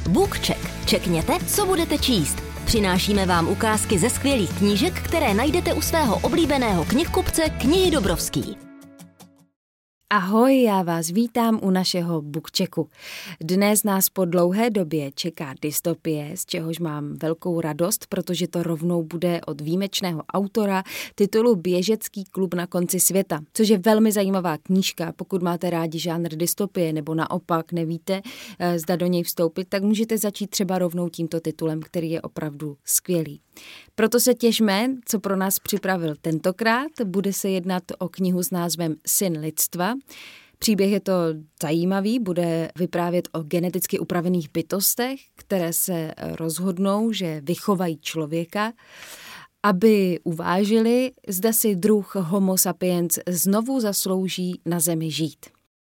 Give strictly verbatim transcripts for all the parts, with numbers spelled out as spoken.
BookCheck. Čekněte, co budete číst. Přinášíme vám ukázky ze skvělých knížek, které najdete u svého oblíbeného knihkupce Knihy Dobrovský. Ahoj, já vás vítám u našeho BookChecku. Dnes nás po dlouhé době čeká dystopie, z čehož mám velkou radost, protože to rovnou bude od výjimečného autora titulu Běžecký klub na konci světa, což je velmi zajímavá knížka. Pokud máte rádi žánr dystopie nebo naopak nevíte, zda do něj vstoupit, tak můžete začít třeba rovnou tímto titulem, který je opravdu skvělý. Proto se těšme, co pro nás připravil tentokrát. Bude se jednat o knihu s názvem Syn lidstva. Příběh je to zajímavý, bude vyprávět o geneticky upravených bytostech, které se rozhodnou, že vychovají člověka, aby uvážili, zda si druh Homo sapiens znovu zaslouží na zemi žít.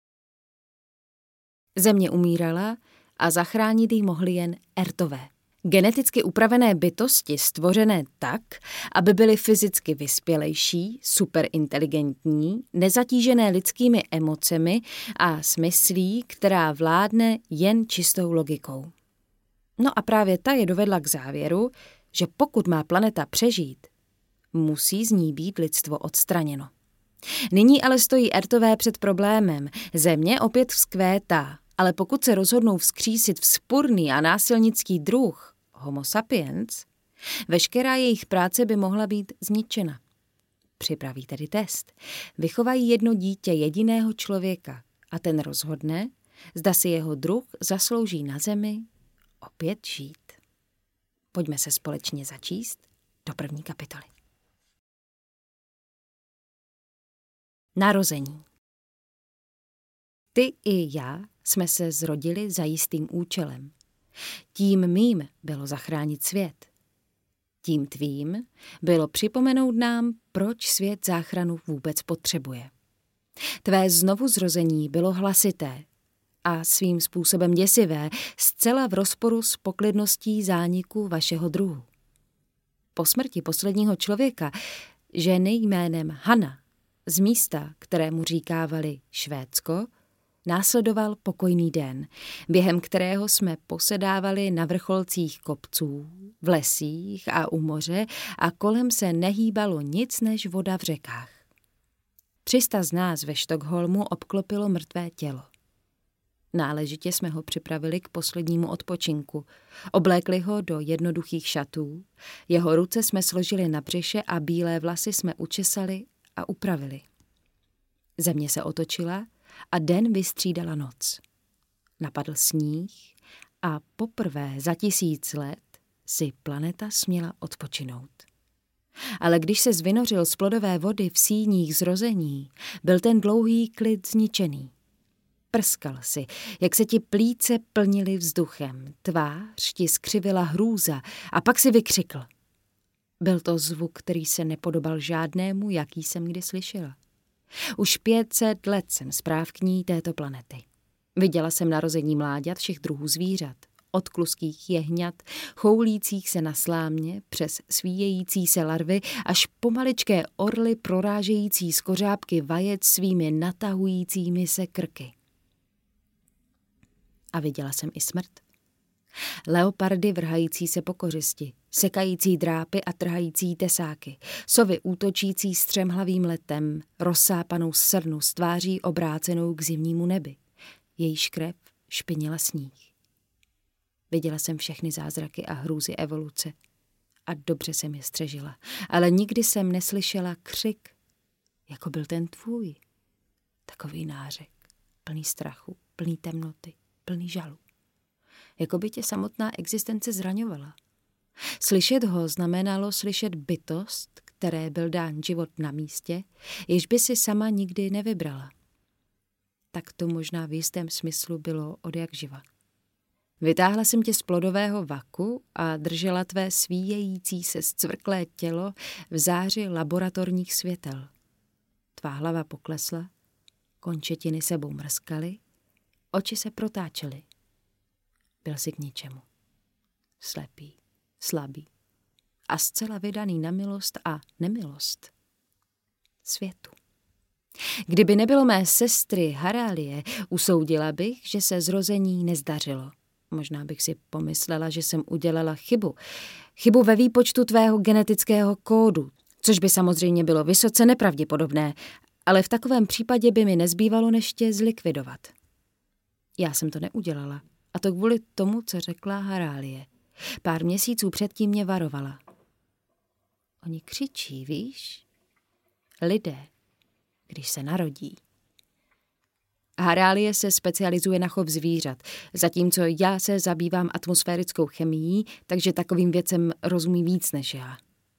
Země umírala a zachránit ji mohli jen ertové. Geneticky upravené bytosti stvořené tak, aby byly fyzicky vyspělejší, superinteligentní, nezatížené lidskými emocemi a smyslí, která vládne jen čistou logikou. No a právě ta je dovedla k závěru, že pokud má planeta přežít, musí z ní být lidstvo odstraněno. Nyní ale stojí ertové před problémem. Země opět vzkvétá. Ale pokud se rozhodnou vzkřísit vzpurný a násilnický druh Homo sapiens, veškerá jejich práce by mohla být zničena. Připraví tedy test. Vychovají jedno dítě jediného člověka a ten rozhodne, zda si jeho druh zaslouží na zemi opět žít. Pojďme se společně začíst do první kapitoly. Narození. Ty i já jsme se zrodili za jistým účelem. Tím mým bylo zachránit svět. Tím tvým bylo připomenout nám, proč svět záchranu vůbec potřebuje. Tvé znovuzrození bylo hlasité a svým způsobem děsivé, zcela v rozporu s poklidností zániku vašeho druhu. Po smrti posledního člověka, ženy jménem Hana, z místa, kterému říkávali Švédsko, následoval pokojný den, během kterého jsme posedávali na vrcholcích kopců, v lesích a u moře a kolem se nehýbalo nic než voda v řekách. tři sta z nás ve Štokholmu obklopilo mrtvé tělo. Náležitě jsme ho připravili k poslednímu odpočinku. Oblékli ho do jednoduchých šatů, jeho ruce jsme složili na břiše a bílé vlasy jsme učesali a upravili. Země se otočila a den vystřídala noc. Napadl sníh a poprvé za tisíc let si planeta směla odpočinout. Ale když se zvynořil z plodové vody v síních zrození, byl ten dlouhý klid zničený. Prskal si, jak se ti plíce plnily vzduchem, tvář ti skřivila hrůza a pak si vykřikl. Byl to zvuk, který se nepodobal žádnému, jaký jsem kdy slyšela. Už pět set let jsem správkyní této planety. Viděla jsem narození mláďat všech druhů zvířat, od kluských jehňat, choulících se na slámě, přes svíjející se larvy, až po maličké orly prorážející z kořápky vajec svými natahujícími se krky. A viděla jsem i smrt. Leopardy vrhající se po kořisti, sekající drápy a trhající tesáky, sovy útočící střemhlavým letem, rozsápanou srnu s tváří obrácenou k zimnímu nebi. Jejíž krev špinila sníh. Viděla jsem všechny zázraky a hrůzy evoluce a dobře jsem je střežila, ale nikdy jsem neslyšela křik, jako byl ten tvůj. Takový nářek, plný strachu, plný temnoty, plný žalu. Jako by tě samotná existence zraňovala. Slyšet ho znamenalo slyšet bytost, které byl dán život na místě, jež by si sama nikdy nevybrala. Tak to možná v jistém smyslu bylo odjakživa. Vytáhla jsem tě z plodového vaku a držela tvé svíjející se zcvrklé tělo v záři laboratorních světel. Tvá hlava poklesla, končetiny sebou mrskaly, oči se protáčely. Byl jsi k ničemu. Slepý, slabý a zcela vydaný na milost a nemilost světu. Kdyby nebylo mé sestry Harálie, usoudila bych, že se zrození nezdařilo. Možná bych si pomyslela, že jsem udělala chybu. Chybu ve výpočtu tvého genetického kódu, což by samozřejmě bylo vysoce nepravděpodobné, ale v takovém případě by mi nezbývalo než tě zlikvidovat. Já jsem to neudělala, a to kvůli tomu, co řekla Harálie. Pár měsíců předtím mě varovala. Oni křičí, víš? Lidé, když se narodí. Harálie se specializuje na chov zvířat, zatímco já se zabývám atmosférickou chemií, takže takovým věcem rozumí víc než já.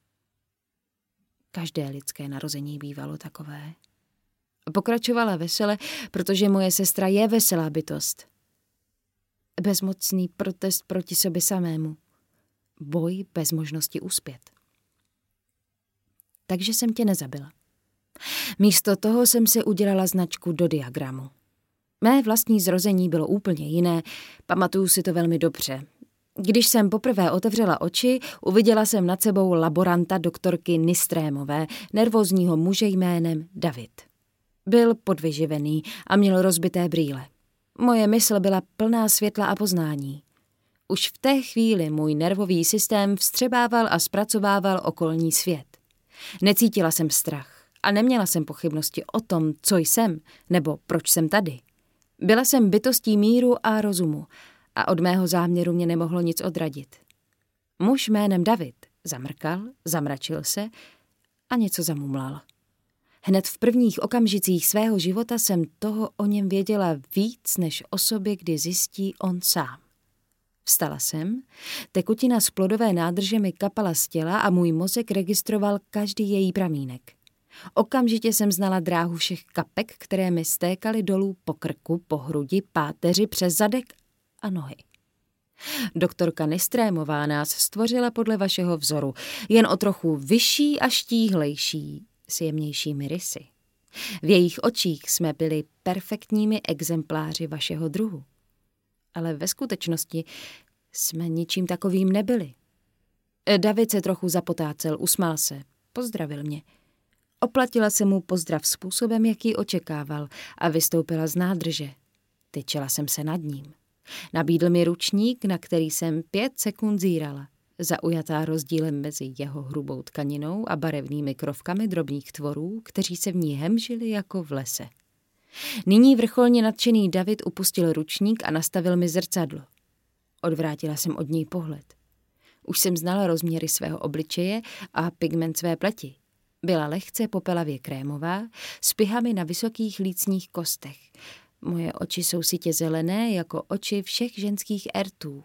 Každé lidské narození bývalo takové. Pokračovala vesele, protože moje sestra je veselá bytost. Bezmocný protest proti sobě samému. Boj bez možnosti uspět. Takže jsem tě nezabila. Místo toho jsem si udělala značku do diagramu. Mé vlastní zrození bylo úplně jiné, pamatuju si to velmi dobře. Když jsem poprvé otevřela oči, uviděla jsem nad sebou laboranta doktorky Nistrémové, nervózního muže jménem David. Byl podvyživený a měl rozbité brýle. Moje mysl byla plná světla a poznání. Už v té chvíli můj nervový systém vstřebával a zpracovával okolní svět. Necítila jsem strach a neměla jsem pochybnosti o tom, co jsem nebo proč jsem tady. Byla jsem bytostí míru a rozumu a od mého záměru mě nemohlo nic odradit. Muž jménem David zamrkal, zamračil se a něco zamumlal. Hned v prvních okamžicích svého života jsem toho o něm věděla víc než o sobě, kdy zjistí on sám. Vstala jsem, tekutina z plodové nádrže mi kapala z těla a můj mozek registroval každý její pramínek. Okamžitě jsem znala dráhu všech kapek, které mi stékaly dolů po krku, po hrudi, páteři, přes zadek a nohy. Doktorka Nistrémová nás stvořila podle vašeho vzoru, jen o trochu vyšší a štíhlejší, s jemnějšími rysy. V jejich očích jsme byli perfektními exempláři vašeho druhu. Ale ve skutečnosti jsme ničím takovým nebyli. David se trochu zapotácel, usmál se, pozdravil mě. Oplatila se mu pozdrav způsobem, jaký očekával, a vystoupila z nádrže. Tyčela jsem se nad ním. Nabídl mi ručník, na který jsem pět sekund zírala, zaujatá rozdílem mezi jeho hrubou tkaninou a barevnými krovkami drobných tvorů, kteří se v ní hemžili jako v lese. Nyní vrcholně nadšený David upustil ručník a nastavil mi zrcadlo. Odvrátila jsem od něj pohled. Už jsem znala rozměry svého obličeje a pigment své pleti. Byla lehce popelavě krémová, s pihami na vysokých lícních kostech. Moje oči jsou sitě zelené jako oči všech ženských ertů.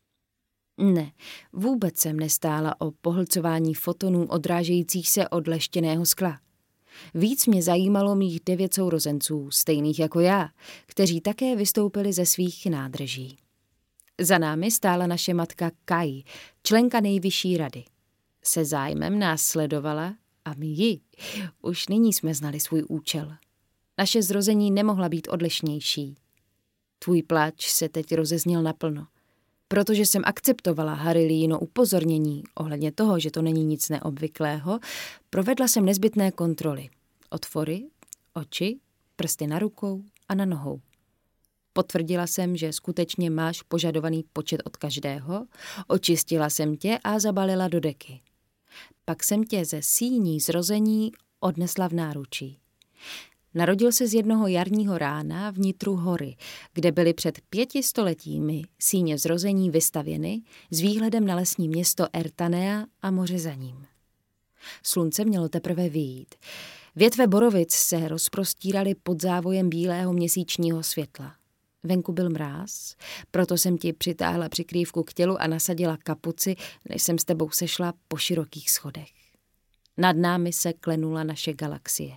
Ne, vůbec jsem nestála o pohlcování fotonů odrážejících se od leštěného skla. Víc mě zajímalo mých devět sourozenců, stejných jako já, kteří také vystoupili ze svých nádrží. Za námi stála naše matka Kai, členka nejvyšší rady. Se zájmem nás sledovala a my ji. Už nyní jsme znali svůj účel. Naše zrození nemohla být odlišnější. Tvůj pláč se teď rozezněl naplno. Protože jsem akceptovala Harilíno upozornění ohledně toho, že to není nic neobvyklého, provedla jsem nezbytné kontroly. Otvory, oči, prsty na rukou a na nohou. Potvrdila jsem, že skutečně máš požadovaný počet od každého, očistila jsem tě a zabalila do deky. Pak jsem tě ze síní zrození odnesla v náručí. Narodil se z jednoho jarního rána v nitru hory, kde byly před pěti stoletími síně zrození vystavěny s výhledem na lesní město Ertanea a moře za ním. Slunce mělo teprve vyjít. Větve borovic se rozprostíraly pod závojem bílého měsíčního světla. Venku byl mráz, proto jsem ti přitáhla přikrývku k tělu a nasadila kapuci, než jsem s tebou sešla po širokých schodech. Nad námi se klenula naše galaxie.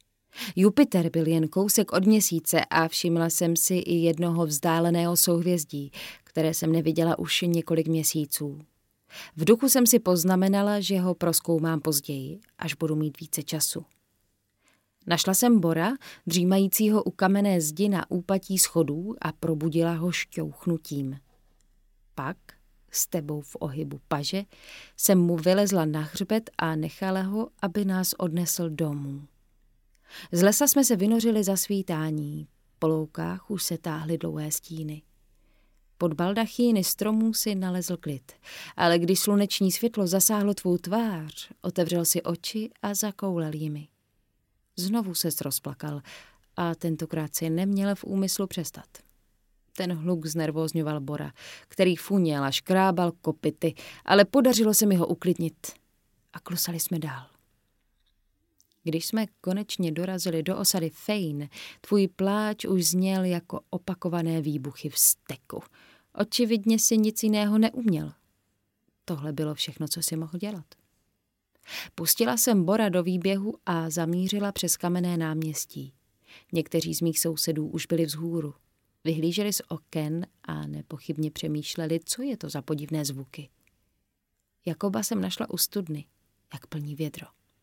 Jupiter byl jen kousek od měsíce a všimla jsem si i jednoho vzdáleného souhvězdí, které jsem neviděla už několik měsíců. V duchu jsem si poznamenala, že ho prozkoumám později, až budu mít více času. Našla jsem Bora, dřímajícího u kamenné zdi na úpatí schodů, a probudila ho šťouchnutím. Pak, s tebou v ohybu paže, jsem mu vylezla na hřbet a nechala ho, aby nás odnesl domů. Z lesa jsme se vynořili za svítání, po loukách už se táhly dlouhé stíny. Pod baldachýny stromů si nalezl klid, ale když sluneční světlo zasáhlo tvou tvář, otevřel si oči a zakoulel jimi. Znovu se rozplakal a tentokrát si neměl v úmyslu přestat. Ten hluk znervózňoval Bora, který funěl a škrábal kopyty, ale podařilo se mi ho uklidnit a klusali jsme dál. Když jsme konečně dorazili do osady Fejn, tvůj pláč už zněl jako opakované výbuchy vzteku. Očividně si nic jiného neuměl. Tohle bylo všechno, co si mohl dělat. Pustila jsem Bora do výběhu a zamířila přes kamenné náměstí. Někteří z mých sousedů už byli vzhůru. Vyhlíželi z oken a nepochybně přemýšleli, co je to za podivné zvuky. Jakoba jsem našla u studny, jak plní vědro.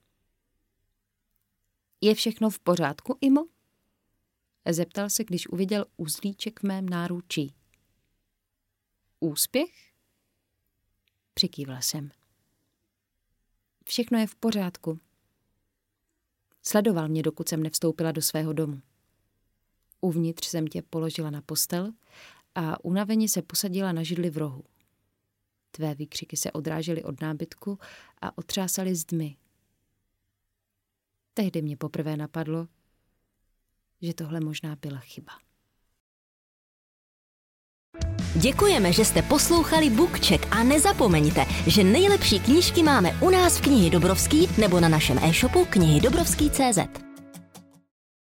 Je všechno v pořádku, Imo? Zeptal se, když uviděl uzlíček v mém náručí. Úspěch? Přikývla jsem. Všechno je v pořádku. Sledoval mě, dokud jsem nevstoupila do svého domu. Uvnitř jsem tě položila na postel a unaveně se posadila na židli v rohu. Tvé výkřiky se odrážely od nábytku a otřásaly zdmi. Tehdy mě poprvé napadlo, že tohle možná byla chyba. Děkujeme, že jste poslouchali BookCheck a nezapomeňte, že nejlepší knížky máme u nás v knihy Dobrovský nebo na našem e-shopu knihy dobrovský tečka cé zet.